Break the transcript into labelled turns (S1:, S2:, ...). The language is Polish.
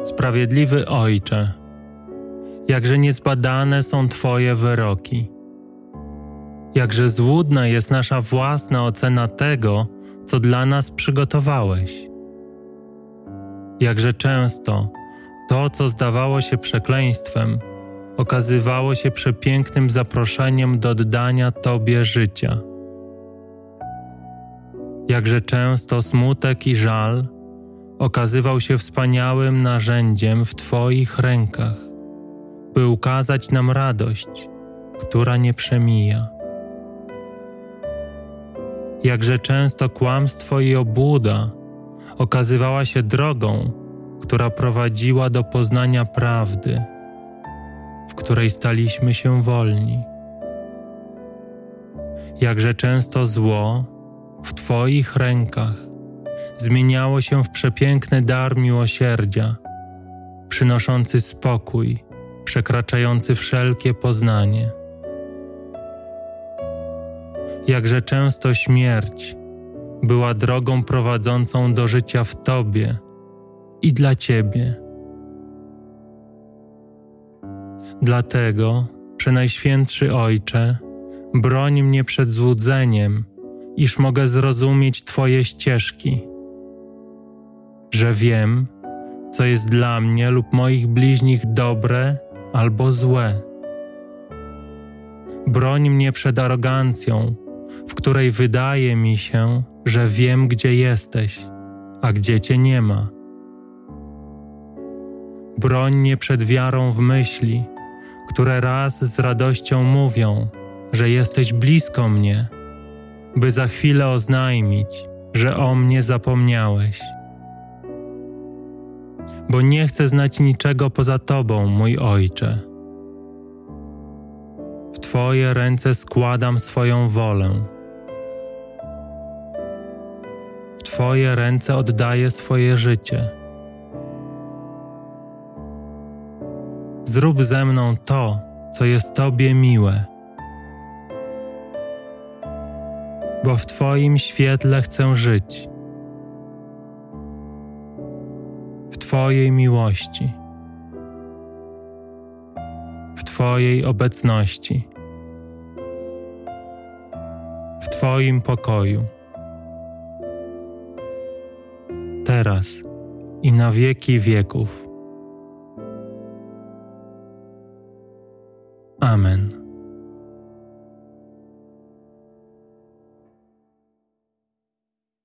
S1: Sprawiedliwy Ojcze, jakże niezbadane są Twoje wyroki. Jakże złudna jest nasza własna ocena tego, co dla nas przygotowałeś. Jakże często to, co zdawało się przekleństwem, okazywało się przepięknym zaproszeniem do oddania Tobie życia. Jakże często smutek i żal okazywał się wspaniałym narzędziem w Twoich rękach, by ukazać nam radość, która nie przemija. Jakże często kłamstwo i obłuda okazywała się drogą, która prowadziła do poznania prawdy, w której staliśmy się wolni. Jakże często zło w Twoich rękach zmieniało się w przepiękny dar miłosierdzia, przynoszący spokój, przekraczający wszelkie poznanie. Jakże często śmierć była drogą prowadzącą do życia w Tobie i dla Ciebie. Dlatego, Przenajświętszy Ojcze, broń mnie przed złudzeniem, iż mogę zrozumieć Twoje ścieżki, że wiem, co jest dla mnie lub moich bliźnich dobre albo złe. Broń mnie przed arogancją, w której wydaje mi się, że wiem, gdzie jesteś, a gdzie Cię nie ma. Broń mnie przed wiarą w myśli, które raz z radością mówią, że jesteś blisko mnie, by za chwilę oznajmić, że o mnie zapomniałeś. Bo nie chcę znać niczego poza Tobą, mój Ojcze. W Twoje ręce składam swoją wolę. W Twoje ręce oddaję swoje życie. Zrób ze mną to, co jest Tobie miłe. Bo w Twoim świetle chcę żyć. W Twojej miłości. W Twojej obecności. W Twoim pokoju. Teraz i na wieki wieków. Amen.